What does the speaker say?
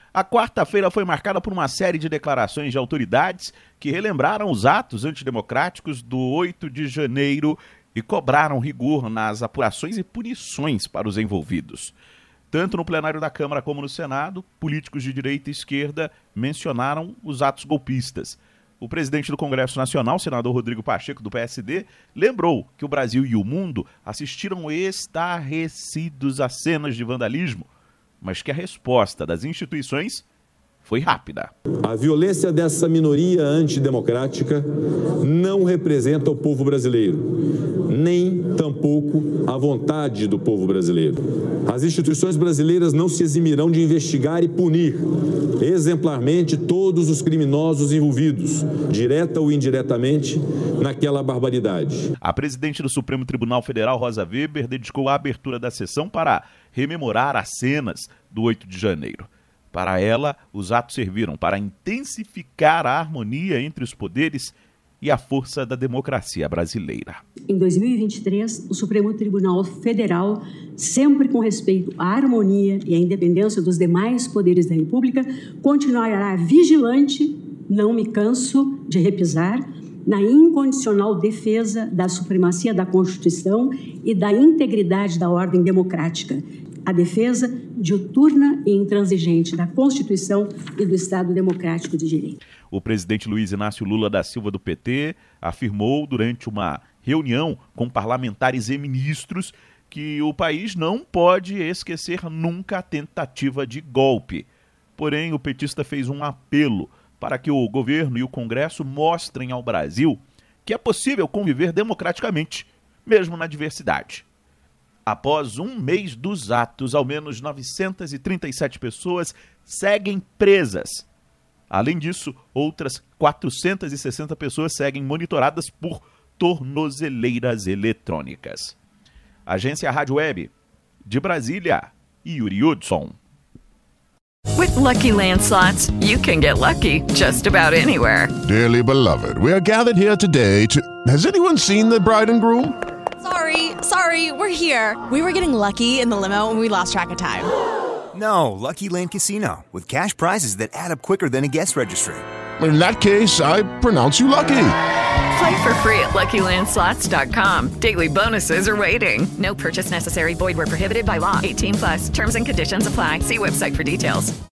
A quarta-feira foi marcada por uma série de declarações de autoridades que relembraram os atos antidemocráticos do 8 de janeiro e cobraram rigor nas apurações e punições para os envolvidos. Tanto no plenário da Câmara como no Senado, políticos de direita e esquerda mencionaram os atos golpistas. O presidente do Congresso Nacional, senador Rodrigo Pacheco, do PSD, lembrou que o Brasil e o mundo assistiram estarrecidos a cenas de vandalismo, mas que a resposta das instituições foi rápida. A violência dessa minoria antidemocrática não representa o povo brasileiro, nem tampouco a vontade do povo brasileiro. As instituições brasileiras não se eximirão de investigar e punir exemplarmente todos os criminosos envolvidos, direta ou indiretamente, naquela barbaridade. A presidente do Supremo Tribunal Federal, Rosa Weber, dedicou a abertura da sessão para rememorar as cenas do 8 de janeiro. Para ela, os atos serviram para intensificar a harmonia entre os poderes e a força da democracia brasileira. Em 2023, o Supremo Tribunal Federal, sempre com respeito à harmonia e à independência dos demais poderes da República, continuará vigilante, não me canso de repisar, na incondicional defesa da supremacia da Constituição e da integridade da ordem democrática, a defesa diuturna e intransigente da Constituição e do Estado Democrático de Direito. O presidente Luiz Inácio Lula da Silva, do PT, afirmou durante uma reunião com parlamentares e ministros que o país não pode esquecer nunca a tentativa de golpe. Porém, o petista fez um apelo para que o governo e o Congresso mostrem ao Brasil que é possível conviver democraticamente, mesmo na diversidade. Após um mês dos atos, ao menos 937 pessoas seguem presas. Além disso, outras 460 pessoas seguem monitoradas por tornozeleiras eletrônicas. Agência Rádio Web, de Brasília, Yuri Hudson. With Lucky Land Slots, you can get lucky just about anywhere. Dearly beloved, we are gathered here today to... Has anyone seen the bride and groom? Sorry, we're here. We were getting lucky in the limo and we lost track of time. No, Lucky Land Casino, with cash prizes that add up quicker than a guest registry. In that case, I pronounce you lucky. Play for free at LuckyLandSlots.com. Daily bonuses are waiting. No purchase necessary. Void where prohibited by law. 18+. Terms and conditions apply. See website for details.